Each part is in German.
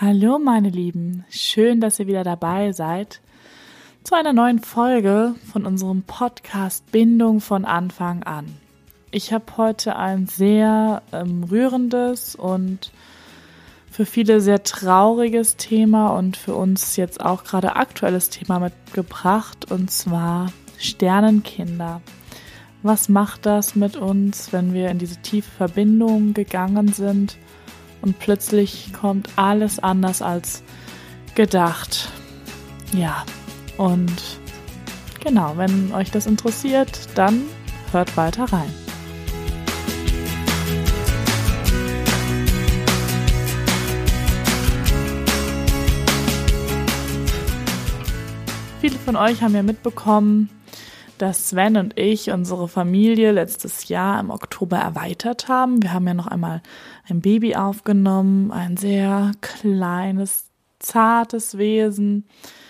Hallo meine Lieben, schön, dass ihr wieder dabei seid zu einer neuen Folge von unserem Podcast Bindung von Anfang an. Ich habe heute ein sehr rührendes und für viele sehr trauriges Thema und für uns jetzt auch gerade aktuelles Thema mitgebracht, und zwar Sternenkinder. Was macht das mit uns, wenn wir in diese tiefe Verbindung gegangen sind und plötzlich kommt alles anders als gedacht? Ja, und genau, wenn euch das interessiert, dann hört weiter rein. Viele von euch haben ja mitbekommen, dass Sven und ich unsere Familie letztes Jahr im Oktober erweitert haben. Wir haben ja noch einmal ein Baby aufgenommen, ein sehr kleines, zartes Wesen.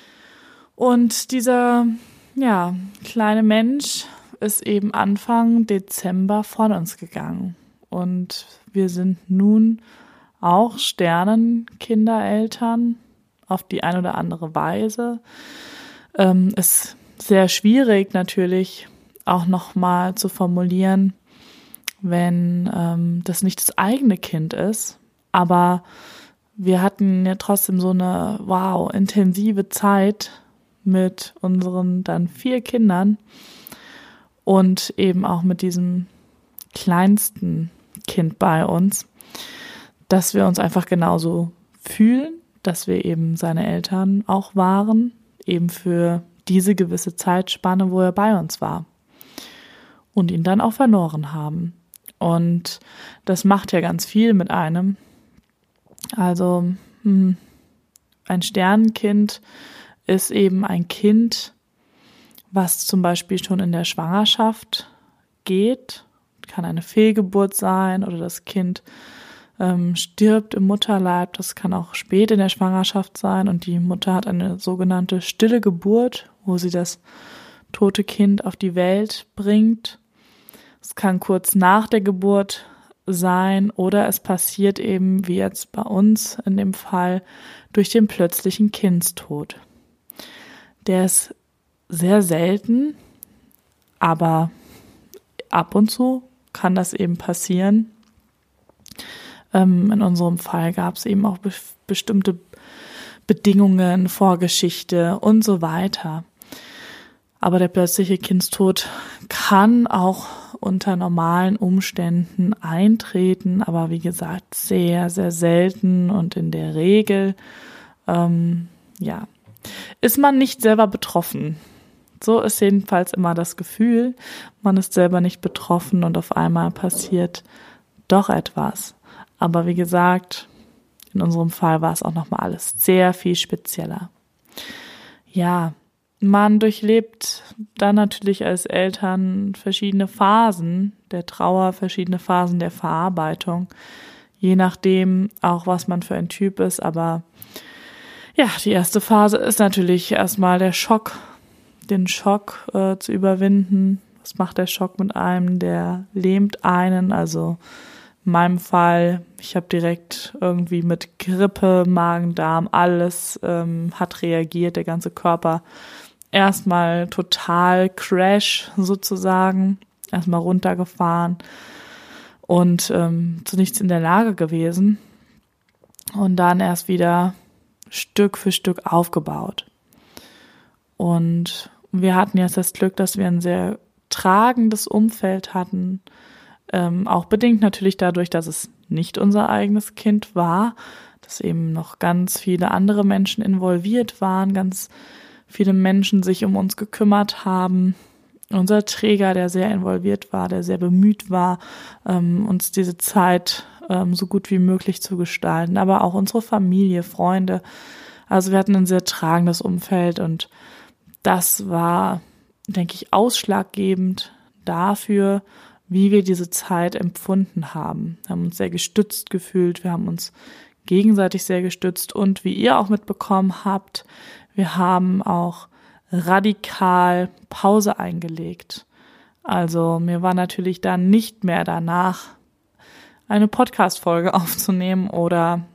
Und dieser, kleine Mensch ist eben Anfang Dezember von uns gegangen. Und wir sind nun auch Sternenkindereltern auf die eine oder andere Weise. Ist sehr schwierig natürlich auch nochmal zu formulieren, wenn das nicht das eigene Kind ist. Aber wir hatten ja trotzdem so eine intensive Zeit mit unseren dann 4 Kindern und eben auch mit diesem kleinsten Kind bei uns, dass wir uns einfach genauso fühlen, dass wir eben seine Eltern auch waren, eben für diese gewisse Zeitspanne, wo er bei uns war und ihn dann auch verloren haben. Und das macht ja ganz viel mit einem. Also ein Sternenkind ist eben ein Kind, was zum Beispiel schon in der Schwangerschaft geht, kann eine Fehlgeburt sein oder das Kind stirbt im Mutterleib. Das kann auch spät in der Schwangerschaft sein und die Mutter hat eine sogenannte stille Geburt, wo sie das tote Kind auf die Welt bringt. Es kann kurz nach der Geburt sein oder es passiert eben, wie jetzt bei uns in dem Fall, durch den plötzlichen Kindstod. Der ist sehr selten, aber ab und zu kann das eben passieren. In unserem Fall gab es eben auch bestimmte Bedingungen, Vorgeschichte und so weiter. Aber der plötzliche Kindstod kann auch unter normalen Umständen eintreten, aber wie gesagt, sehr, sehr selten und in der Regel, ist man nicht selber betroffen. So ist jedenfalls immer das Gefühl, man ist selber nicht betroffen und auf einmal passiert doch etwas. Aber wie gesagt, in unserem Fall war es auch nochmal alles sehr viel spezieller. Ja, man durchlebt dann natürlich als Eltern verschiedene Phasen der Trauer, verschiedene Phasen der Verarbeitung, je nachdem auch, was man für ein Typ ist. Aber ja, die erste Phase ist natürlich erstmal der Schock, den Schock zu überwinden. Was macht der Schock mit einem? Der lähmt einen, also in meinem Fall, ich habe direkt irgendwie mit Grippe, Magen, Darm, alles hat reagiert, der ganze Körper. Erstmal total Crash sozusagen, erstmal runtergefahren und zu nichts in der Lage gewesen. Und dann erst wieder Stück für Stück aufgebaut. Und wir hatten jetzt das Glück, dass wir ein sehr tragendes Umfeld hatten, auch bedingt natürlich dadurch, dass es nicht unser eigenes Kind war, dass eben noch ganz viele andere Menschen involviert waren, ganz viele Menschen sich um uns gekümmert haben. Unser Träger, der sehr involviert war, der sehr bemüht war, uns diese Zeit so gut wie möglich zu gestalten, aber auch unsere Familie, Freunde. Also wir hatten ein sehr tragendes Umfeld und das war, denke ich, ausschlaggebend dafür, wie wir diese Zeit empfunden haben. Wir haben uns sehr gestützt gefühlt, wir haben uns gegenseitig sehr gestützt und wie ihr auch mitbekommen habt, wir haben auch radikal Pause eingelegt. Also mir war natürlich dann nicht mehr danach, eine Podcast-Folge aufzunehmen oder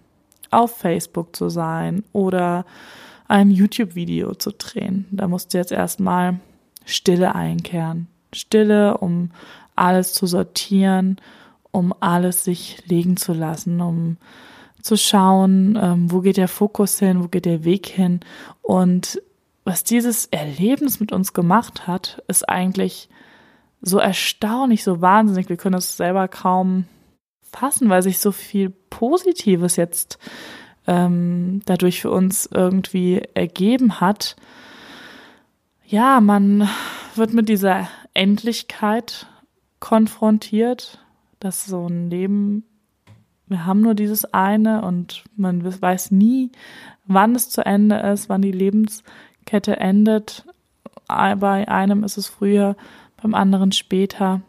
auf Facebook zu sein oder ein YouTube-Video zu drehen. Da musste jetzt erstmal Stille einkehren. Stille, um alles zu sortieren, um alles sich legen zu lassen, um zu schauen, wo geht der Fokus hin, wo geht der Weg hin. Und was dieses Erlebnis mit uns gemacht hat, ist eigentlich so erstaunlich, so wahnsinnig. Wir können es selber kaum fassen, weil sich so viel Positives jetzt dadurch für uns irgendwie ergeben hat. Ja, man wird mit dieser Endlichkeit konfrontiert, dass so ein Leben, wir haben nur dieses eine und man weiß nie, wann es zu Ende ist, wann die Lebenskette endet. Bei einem ist es früher, beim anderen später.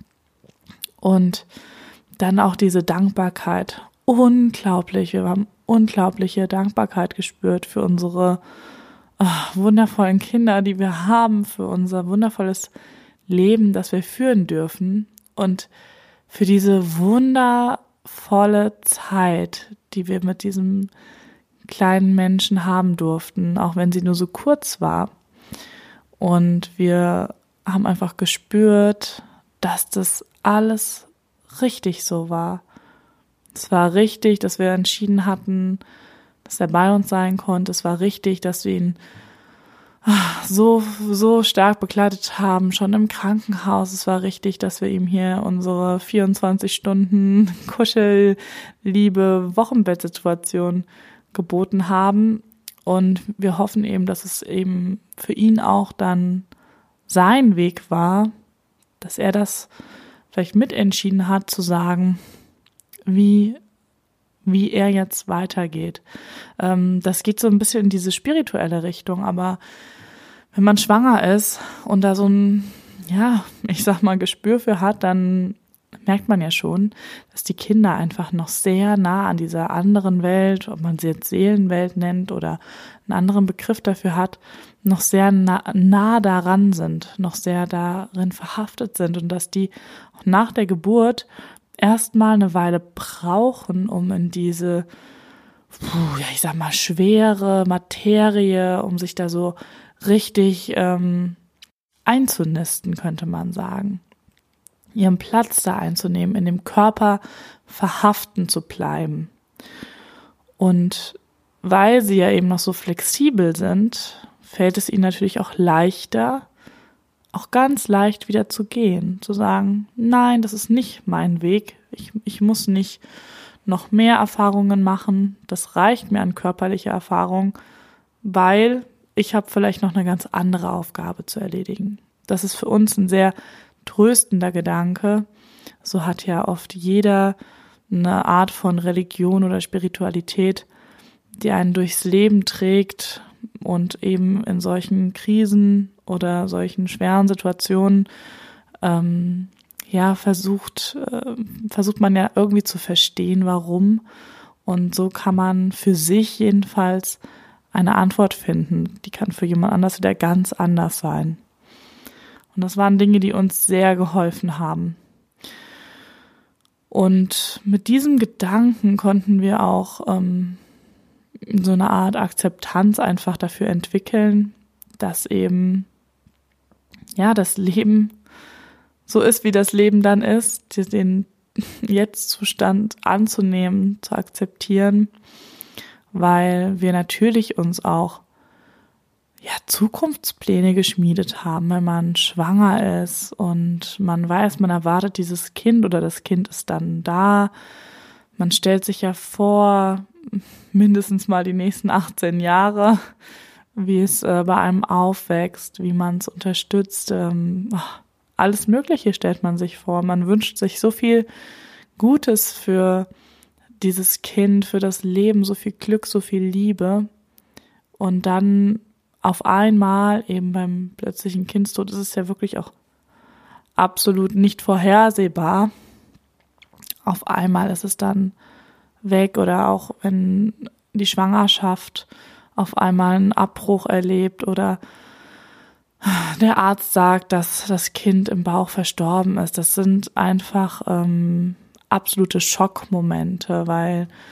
Und dann auch diese Dankbarkeit. Unglaublich, wir haben unglaubliche Dankbarkeit gespürt für unsere wundervollen Kinder, die wir haben, für unser wundervolles Leben, das wir führen dürfen und für diese wundervolle Zeit, die wir mit diesem kleinen Menschen haben durften, auch wenn sie nur so kurz war. Und wir haben einfach gespürt, dass das alles richtig so war. Es war richtig, dass wir entschieden hatten, dass er bei uns sein konnte. Es war richtig, dass wir ihn so stark begleitet haben, schon im Krankenhaus. Es war richtig, dass wir ihm hier unsere 24 Stunden Kuschelliebe Wochenbettsituation geboten haben. Und wir hoffen eben, dass es eben für ihn auch dann sein Weg war, dass er das vielleicht mitentschieden hat, zu sagen, wie er jetzt weitergeht. Das geht so ein bisschen in diese spirituelle Richtung, aber wenn man schwanger ist und da so ein, ich sag mal, Gespür für hat, dann merkt man ja schon, dass die Kinder einfach noch sehr nah an dieser anderen Welt, ob man sie jetzt Seelenwelt nennt oder einen anderen Begriff dafür hat, noch sehr nah daran sind, noch sehr darin verhaftet sind und dass die auch nach der Geburt erstmal eine Weile brauchen, um in diese, ich sag mal, schwere Materie, um sich da so richtig einzunisten, könnte man sagen. Ihren Platz da einzunehmen, in dem Körper verhaften zu bleiben. Und weil sie ja eben noch so flexibel sind, fällt es ihnen natürlich auch leichter, auch ganz leicht wieder zu gehen, zu sagen, nein, das ist nicht mein Weg, ich muss nicht noch mehr Erfahrungen machen, das reicht mir an körperlicher Erfahrung, weil ich habe vielleicht noch eine ganz andere Aufgabe zu erledigen. Das ist für uns ein sehr tröstender Gedanke. So hat ja oft jeder eine Art von Religion oder Spiritualität, die einen durchs Leben trägt und eben in solchen Krisen oder solchen schweren Situationen versucht man ja irgendwie zu verstehen, warum. Und so kann man für sich jedenfalls eine Antwort finden. Die kann für jemand anders wieder ganz anders sein. Und das waren Dinge, die uns sehr geholfen haben. Und mit diesem Gedanken konnten wir auch so eine Art Akzeptanz einfach dafür entwickeln, dass eben das Leben so ist, wie das Leben dann ist, den Jetzt-Zustand anzunehmen, zu akzeptieren, weil wir natürlich uns auch Zukunftspläne geschmiedet haben, wenn man schwanger ist und man weiß, man erwartet dieses Kind oder das Kind ist dann da. Man stellt sich ja vor, mindestens mal die nächsten 18 Jahre, wie es bei einem aufwächst, wie man es unterstützt. Alles Mögliche stellt man sich vor. Man wünscht sich so viel Gutes für dieses Kind, für das Leben, so viel Glück, so viel Liebe. Und dann auf einmal, eben beim plötzlichen Kindstod, ist es ja wirklich auch absolut nicht vorhersehbar. Auf einmal ist es dann weg oder auch wenn die Schwangerschaft auf einmal einen Abbruch erlebt oder der Arzt sagt, dass das Kind im Bauch verstorben ist. Das sind einfach absolute Schockmomente, weil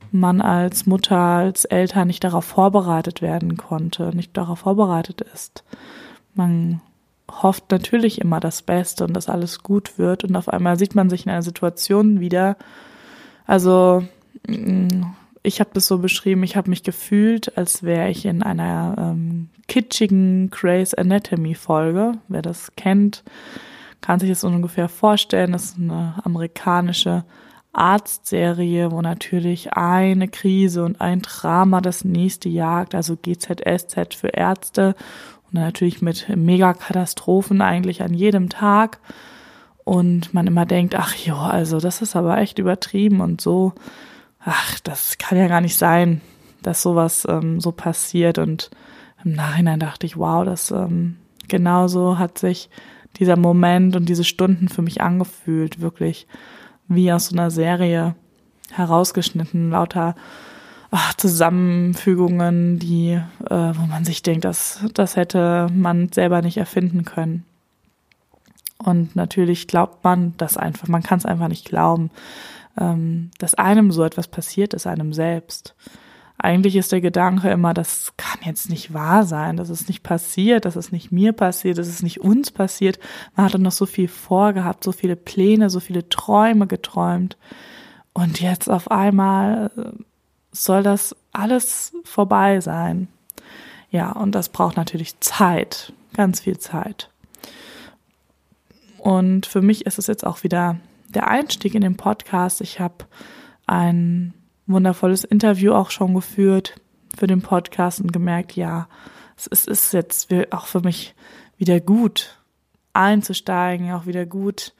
man als Mutter, als Eltern nicht darauf vorbereitet werden konnte, nicht darauf vorbereitet ist. Man hofft natürlich immer das Beste und dass alles gut wird und auf einmal sieht man sich in einer Situation wieder. Also ich habe das so beschrieben, ich habe mich gefühlt, als wäre ich in einer kitschigen Grey's Anatomy Folge. Wer das kennt, kann sich das ungefähr vorstellen. Das ist eine amerikanische Arztserie, wo natürlich eine Krise und ein Drama das nächste jagt, also GZSZ für Ärzte und dann natürlich mit Megakatastrophen eigentlich an jedem Tag und man immer denkt, ach jo, also das ist aber echt übertrieben und so, ach, das kann ja gar nicht sein, dass sowas so passiert und im Nachhinein dachte ich, wow, das genauso hat sich dieser Moment und diese Stunden für mich angefühlt, wirklich wie aus so einer Serie herausgeschnitten, lauter Zusammenfügungen, die, wo man sich denkt, das hätte man selber nicht erfinden können. Und natürlich glaubt man das einfach, man kann es einfach nicht glauben, dass einem so etwas passiert ist, einem selbst. Eigentlich ist der Gedanke immer, das kann jetzt nicht wahr sein, das ist nicht passiert, das ist nicht mir passiert, das ist nicht uns passiert. Man hat doch noch so viel vorgehabt, so viele Pläne, so viele Träume geträumt. Und jetzt auf einmal soll das alles vorbei sein. Ja, und das braucht natürlich Zeit, ganz viel Zeit. Und für mich ist es jetzt auch wieder der Einstieg in den Podcast. Ich habe ein wundervolles Interview auch schon geführt für den Podcast und gemerkt, ja, es ist jetzt auch für mich wieder gut einzusteigen, auch wieder gut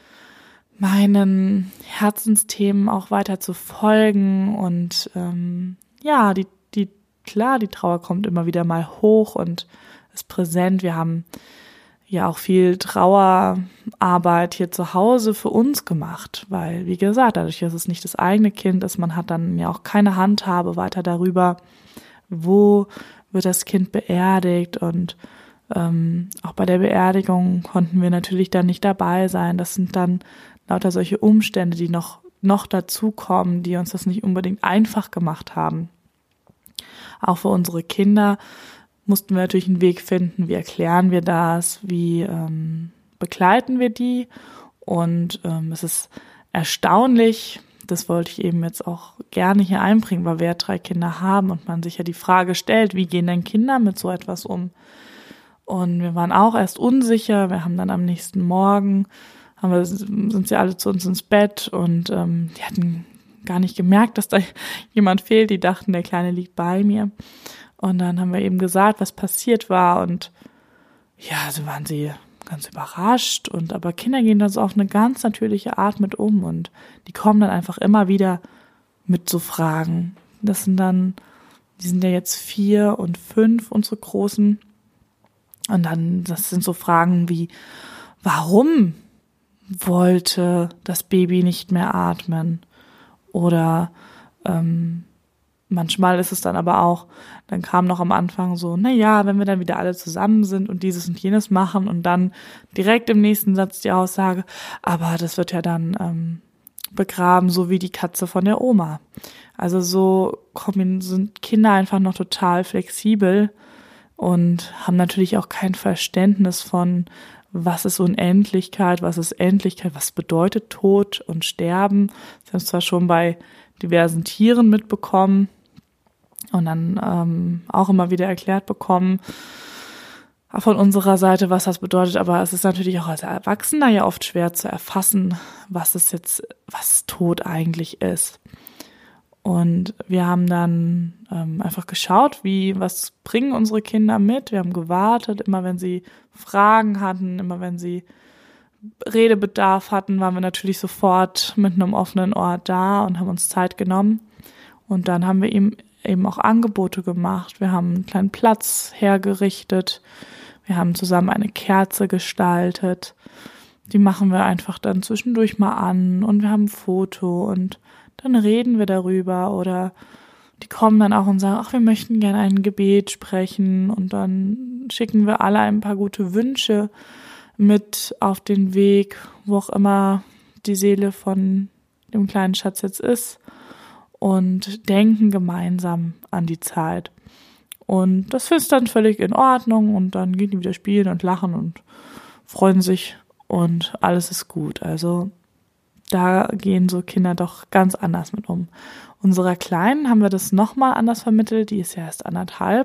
meinen Herzensthemen auch weiter zu folgen und ja, die Trauer kommt immer wieder mal hoch und ist präsent. Wir haben ja auch viel Trauerarbeit hier zu Hause für uns gemacht, weil, wie gesagt, dadurch, dass es nicht das eigene Kind ist, man hat dann ja auch keine Handhabe weiter darüber, wo wird das Kind beerdigt und auch bei der Beerdigung konnten wir natürlich dann nicht dabei sein. Das sind dann lauter solche Umstände, die noch dazukommen, die uns das nicht unbedingt einfach gemacht haben. Auch für unsere Kinder mussten wir natürlich einen Weg finden, wie erklären wir das, wie begleiten wir die und es ist erstaunlich, das wollte ich eben jetzt auch gerne hier einbringen, weil wir ja 3 Kinder haben und man sich ja die Frage stellt, wie gehen denn Kinder mit so etwas um? Und wir waren auch erst unsicher, wir haben dann am nächsten Morgen, sind sie alle zu uns ins Bett und die hatten gar nicht gemerkt, dass da jemand fehlt, die dachten, der Kleine liegt bei mir. Und dann haben wir eben gesagt, was passiert war und ja, so waren sie ganz überrascht aber Kinder gehen da so auf eine ganz natürliche Art mit um und die kommen dann einfach immer wieder mit so Fragen. Die sind ja jetzt 4 und 5, unsere Großen. Und dann, das sind so Fragen wie, warum wollte das Baby nicht mehr atmen? Oder manchmal ist es dann aber auch, dann kam noch am Anfang so, naja, wenn wir dann wieder alle zusammen sind und dieses und jenes machen und dann direkt im nächsten Satz die Aussage, aber das wird ja dann begraben, so wie die Katze von der Oma. Also so sind Kinder einfach noch total flexibel und haben natürlich auch kein Verständnis von, was ist Unendlichkeit, was ist Endlichkeit, was bedeutet Tod und Sterben. Das haben wir zwar schon bei diversen Tieren mitbekommen und dann auch immer wieder erklärt bekommen von unserer Seite, was das bedeutet, aber es ist natürlich auch als Erwachsener ja oft schwer zu erfassen, was Tod eigentlich ist. Und wir haben dann einfach geschaut, was bringen unsere Kinder mit. Wir haben gewartet, immer wenn sie Fragen hatten, immer wenn sie Redebedarf hatten, waren wir natürlich sofort mit einem offenen Ohr da und haben uns Zeit genommen. Und dann haben wir ihm eben auch Angebote gemacht. Wir haben einen kleinen Platz hergerichtet. Wir haben zusammen eine Kerze gestaltet. Die machen wir einfach dann zwischendurch mal an und wir haben ein Foto und dann reden wir darüber oder die kommen dann auch und sagen, ach, wir möchten gerne ein Gebet sprechen und dann schicken wir alle ein paar gute Wünsche mit auf den Weg, wo auch immer die Seele von dem kleinen Schatz jetzt ist. und denken gemeinsam an die Zeit. Und das ist dann völlig in Ordnung und dann gehen die wieder spielen und lachen und freuen sich und alles ist gut. Also da gehen so Kinder doch ganz anders mit um. Unserer Kleinen haben wir das nochmal anders vermittelt, die ist ja erst 1,5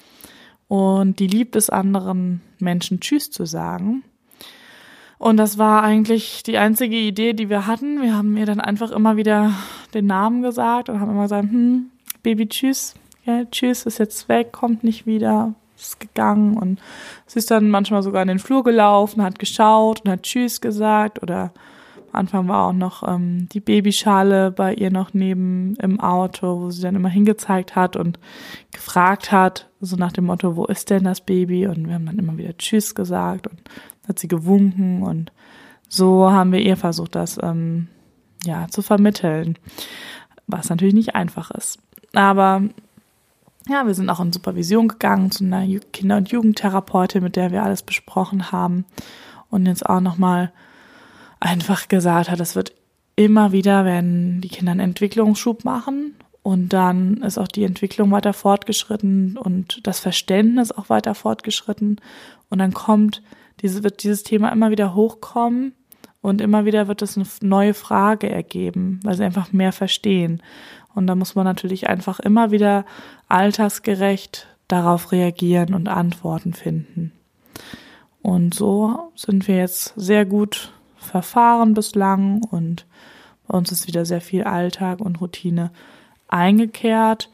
und die liebt es, anderen Menschen Tschüss zu sagen. Und das war eigentlich die einzige Idee, die wir hatten. Wir haben ihr dann einfach immer wieder den Namen gesagt und haben immer gesagt, Baby, tschüss. Ja, tschüss, ist jetzt weg, kommt nicht wieder, ist gegangen. Und sie ist dann manchmal sogar in den Flur gelaufen, hat geschaut und hat Tschüss gesagt. Oder am Anfang war auch noch die Babyschale bei ihr noch neben im Auto, wo sie dann immer hingezeigt hat und gefragt hat, so nach dem Motto, wo ist denn das Baby? Und wir haben dann immer wieder Tschüss gesagt und hat sie gewunken. Und so haben wir ihr versucht, das zu vermitteln, was natürlich nicht einfach ist. Aber ja, wir sind auch in Supervision gegangen zu einer Kinder- und Jugendtherapeutin, mit der wir alles besprochen haben und jetzt auch nochmal einfach gesagt hat, es wird immer wieder, wenn die Kinder einen Entwicklungsschub machen und dann ist auch die Entwicklung weiter fortgeschritten und das Verständnis auch weiter fortgeschritten und dann wird dieses Thema immer wieder hochkommen und immer wieder wird es eine neue Frage ergeben, weil sie einfach mehr verstehen. Und da muss man natürlich einfach immer wieder alltagsgerecht darauf reagieren und Antworten finden. Und so sind wir jetzt sehr gut verfahren bislang und bei uns ist wieder sehr viel Alltag und Routine eingekehrt.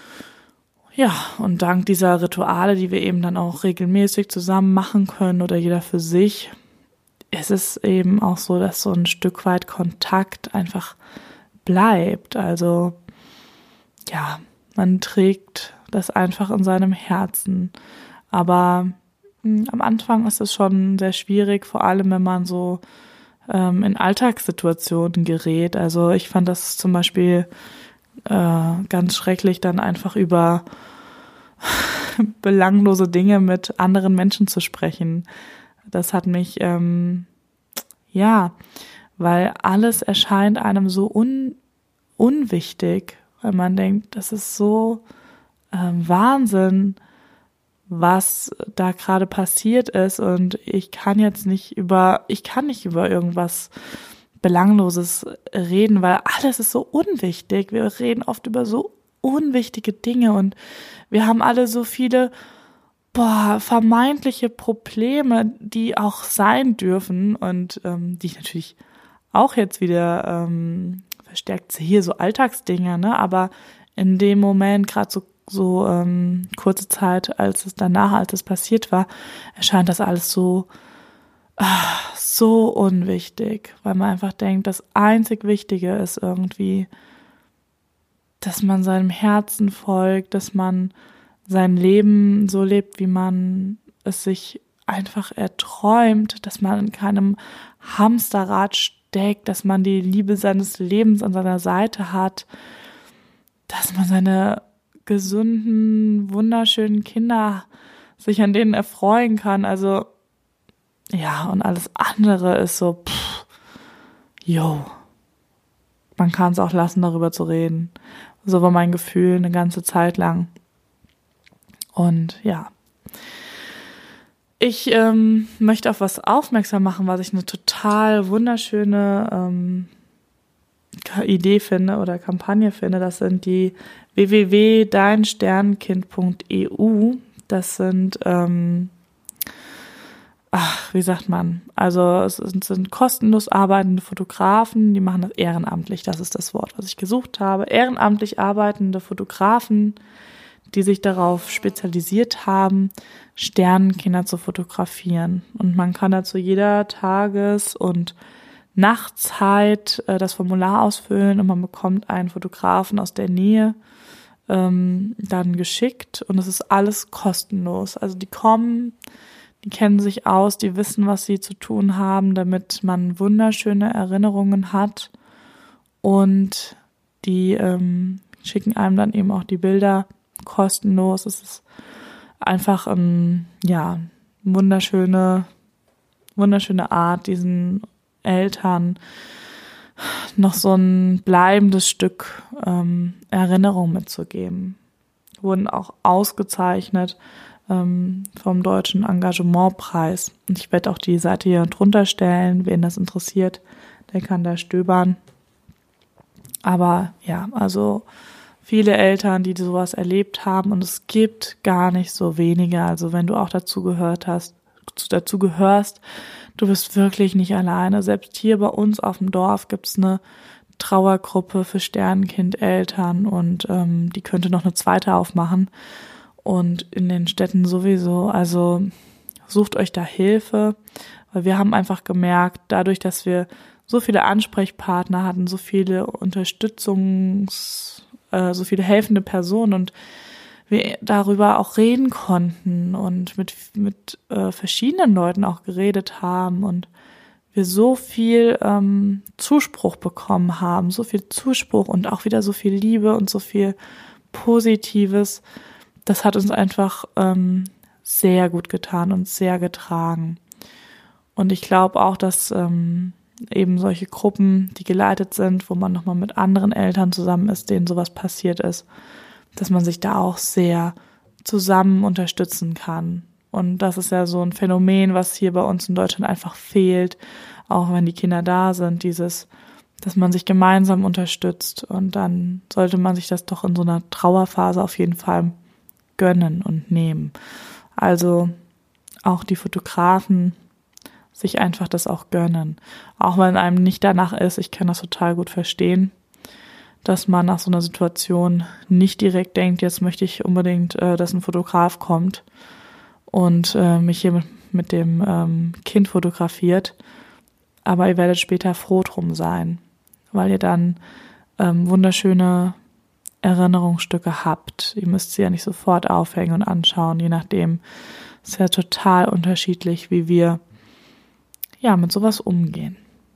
Ja, und dank dieser Rituale, die wir eben dann auch regelmäßig zusammen machen können oder jeder für sich, ist es eben auch so, dass so ein Stück weit Kontakt einfach bleibt. Also ja, man trägt das einfach in seinem Herzen. Aber am Anfang ist es schon sehr schwierig, vor allem wenn man so in Alltagssituationen gerät. Also ich fand das zum Beispiel ganz schrecklich, dann einfach über belanglose Dinge mit anderen Menschen zu sprechen. Das hat mich, weil alles erscheint einem so unwichtig, weil man denkt, das ist so Wahnsinn, was da gerade passiert ist und ich kann nicht über irgendwas Belangloses reden, weil alles ist so unwichtig. Wir reden oft über so unwichtige Dinge und wir haben alle so viele vermeintliche Probleme, die auch sein dürfen und die ich natürlich auch jetzt wieder verstärkt sehe, so Alltagsdinge, ne? Aber in dem Moment, gerade so kurze Zeit, als es passiert war, erscheint das alles so unwichtig, weil man einfach denkt, das einzig Wichtige ist irgendwie, dass man seinem Herzen folgt, dass man sein Leben so lebt, wie man es sich einfach erträumt, dass man in keinem Hamsterrad steckt, dass man die Liebe seines Lebens an seiner Seite hat, dass man seine gesunden, wunderschönen Kinder sich an denen erfreuen kann. Also ja, und alles andere ist so, man kann es auch lassen, darüber zu reden. So war mein Gefühl eine ganze Zeit lang. Und ja, ich möchte auf was aufmerksam machen, was ich eine total wunderschöne Idee finde oder Kampagne finde. Das sind die www.deinsternkind.eu. Das sind es sind kostenlos arbeitende Fotografen, die machen das ehrenamtlich, das ist das Wort, was ich gesucht habe. Ehrenamtlich arbeitende Fotografen, die sich darauf spezialisiert haben, Sternenkinder zu fotografieren. Und man kann dazu jeder Tages- und Nachtzeit das Formular ausfüllen und man bekommt einen Fotografen aus der Nähe dann geschickt und es ist alles kostenlos. Also die kommen, die kennen sich aus, die wissen, was sie zu tun haben, damit man wunderschöne Erinnerungen hat und die schicken einem dann eben auch die Bilder kostenlos. Es ist einfach wunderschöne Art, diesen Eltern noch so ein bleibendes Stück Erinnerung mitzugeben. Wurden auch ausgezeichnet vom Deutschen Engagementpreis. Und ich werde auch die Seite hier drunter stellen, wen das interessiert, der kann da stöbern. Aber ja, also viele Eltern, die sowas erlebt haben, und es gibt gar nicht so wenige. Also wenn du auch dazu gehörst, du bist wirklich nicht alleine. Selbst hier bei uns auf dem Dorf gibt's eine Trauergruppe für Sternenkind-Eltern und die könnte noch eine zweite aufmachen. Und in den Städten sowieso. Also sucht euch da Hilfe, weil wir haben einfach gemerkt, dadurch, dass wir so viele Ansprechpartner hatten, so viele so viele helfende Personen und wir darüber auch reden konnten und mit verschiedenen Leuten auch geredet haben und wir so viel Zuspruch bekommen haben, so viel Zuspruch und auch wieder so viel Liebe und so viel Positives. Das hat uns einfach sehr gut getan und sehr getragen. Und ich glaube auch, dass eben solche Gruppen, die geleitet sind, wo man nochmal mit anderen Eltern zusammen ist, denen sowas passiert ist, dass man sich da auch sehr zusammen unterstützen kann. Und das ist ja so ein Phänomen, was hier bei uns in Deutschland einfach fehlt, auch wenn die Kinder da sind, dass man sich gemeinsam unterstützt. Und dann sollte man sich das doch in so einer Trauerphase auf jeden Fall gönnen und nehmen. Also auch die Fotografen sich einfach das auch gönnen. Auch wenn einem nicht danach ist, ich kann das total gut verstehen, dass man nach so einer Situation nicht direkt denkt, jetzt möchte ich unbedingt, dass ein Fotograf kommt und mich hier mit dem Kind fotografiert. Aber ihr werdet später froh drum sein, weil ihr dann wunderschöne Erinnerungsstücke habt. Ihr müsst sie ja nicht sofort aufhängen und anschauen, je nachdem. Ist ja total unterschiedlich, wie wir mit sowas umgehen.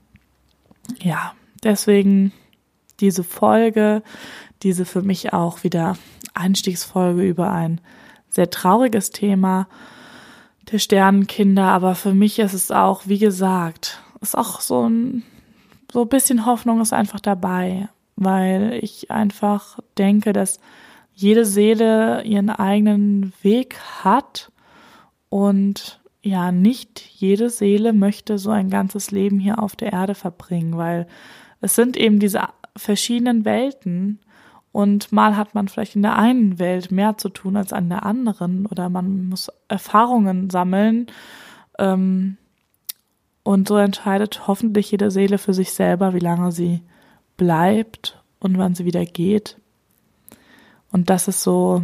Ja, deswegen diese Folge, diese für mich auch wieder Einstiegsfolge über ein sehr trauriges Thema der Sternenkinder, aber für mich ist es auch, wie gesagt, ist auch so ein bisschen Hoffnung ist einfach dabei, weil ich einfach denke, dass jede Seele ihren eigenen Weg hat und ja, nicht jede Seele möchte so ein ganzes Leben hier auf der Erde verbringen, weil es sind eben diese verschiedenen Welten und mal hat man vielleicht in der einen Welt mehr zu tun als an der anderen oder man muss Erfahrungen sammeln und so entscheidet hoffentlich jede Seele für sich selber, wie lange sie bleibt und wann sie wieder geht. Und das ist so,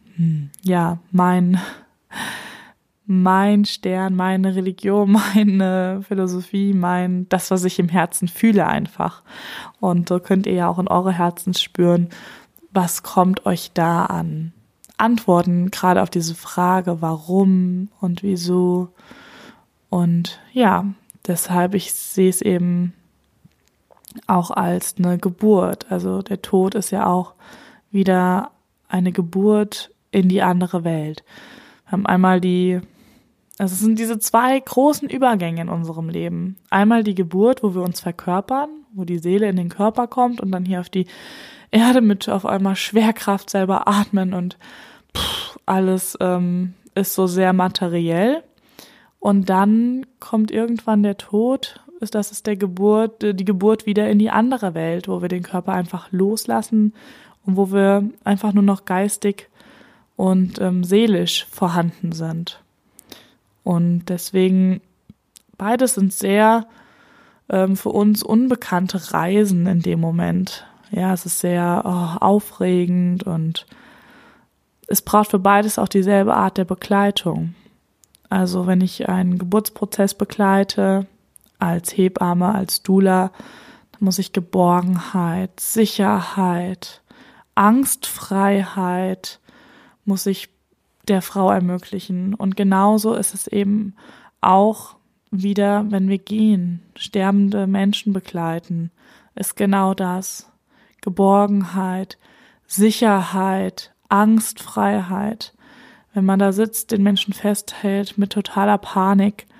mein Stern, meine Religion, meine Philosophie, das, was ich im Herzen fühle einfach. Und so könnt ihr ja auch in eure Herzen spüren, was kommt euch da an Antworten, gerade auf diese Frage, warum und wieso. Und ja, deshalb, ich sehe es eben auch als eine Geburt. Also der Tod ist ja auch wieder eine Geburt in die andere Welt. Wir haben einmal es sind diese zwei großen Übergänge in unserem Leben. Einmal die Geburt, wo wir uns verkörpern, wo die Seele in den Körper kommt und dann hier auf die Erde mit auf einmal Schwerkraft selber atmen und alles ist so sehr materiell. Und dann kommt irgendwann der Tod, das ist die Geburt wieder in die andere Welt, wo wir den Körper einfach loslassen und wo wir einfach nur noch geistig und seelisch vorhanden sind. Und deswegen, beides sind sehr für uns unbekannte Reisen in dem Moment. Ja, es ist sehr aufregend und es braucht für beides auch dieselbe Art der Begleitung. Also wenn ich einen Geburtsprozess begleite, als Hebamme, als Doula, dann muss ich Geborgenheit, Sicherheit, Angstfreiheit muss ich der Frau ermöglichen. Und genauso ist es eben auch wieder, wenn wir gehen, sterbende Menschen begleiten, ist genau das. Geborgenheit, Sicherheit, Angstfreiheit. Wenn man da sitzt, den Menschen festhält mit totaler Panik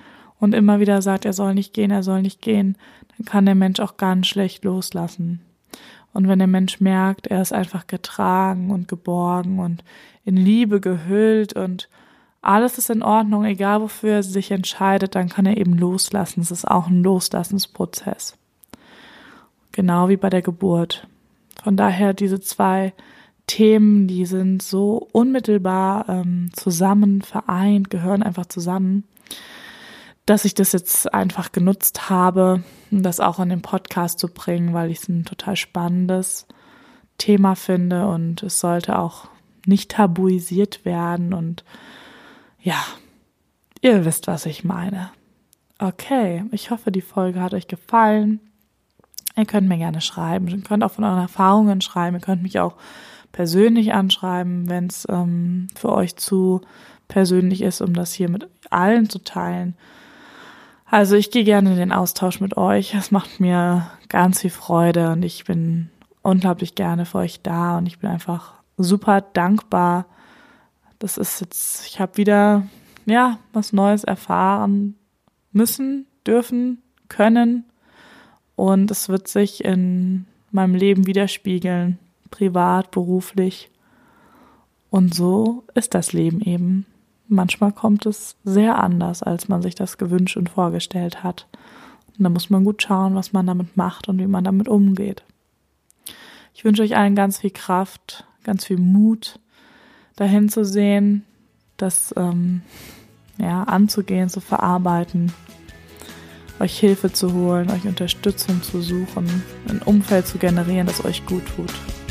und immer wieder sagt, er soll nicht gehen, dann kann der Mensch auch ganz schlecht loslassen. Und wenn der Mensch merkt, er ist einfach getragen und geborgen und in Liebe gehüllt und alles ist in Ordnung, egal wofür er sich entscheidet, dann kann er eben loslassen. Es ist auch ein Loslassensprozess. Genau wie bei der Geburt. Von daher diese 2 Themen, die sind so unmittelbar zusammen vereint, gehören einfach zusammen, dass ich das jetzt einfach genutzt habe, um das auch in den Podcast zu bringen, weil ich es ein total spannendes Thema finde und es sollte auch nicht tabuisiert werden und ja, ihr wisst, was ich meine. Okay, ich hoffe, die Folge hat euch gefallen. Ihr könnt mir gerne schreiben, ihr könnt auch von euren Erfahrungen schreiben, ihr könnt mich auch persönlich anschreiben, wenn es für euch zu persönlich ist, um das hier mit allen zu teilen. Also ich gehe gerne in den Austausch mit euch. Es macht mir ganz viel Freude und ich bin unglaublich gerne für euch da und ich bin einfach super dankbar. Das ist jetzt, ich habe wieder was Neues erfahren müssen, dürfen, können und es wird sich in meinem Leben widerspiegeln, privat, beruflich und so ist das Leben eben. Manchmal kommt es sehr anders, als man sich das gewünscht und vorgestellt hat. Und da muss man gut schauen, was man damit macht und wie man damit umgeht. Ich wünsche euch allen ganz viel Kraft, ganz viel Mut, dahin zu sehen, das anzugehen, zu verarbeiten, euch Hilfe zu holen, euch Unterstützung zu suchen, ein Umfeld zu generieren, das euch gut tut.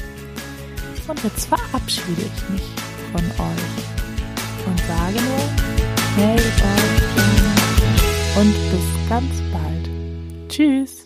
Und jetzt verabschiede ich mich von euch. Und sage nur, hey, und bis ganz bald. Tschüss.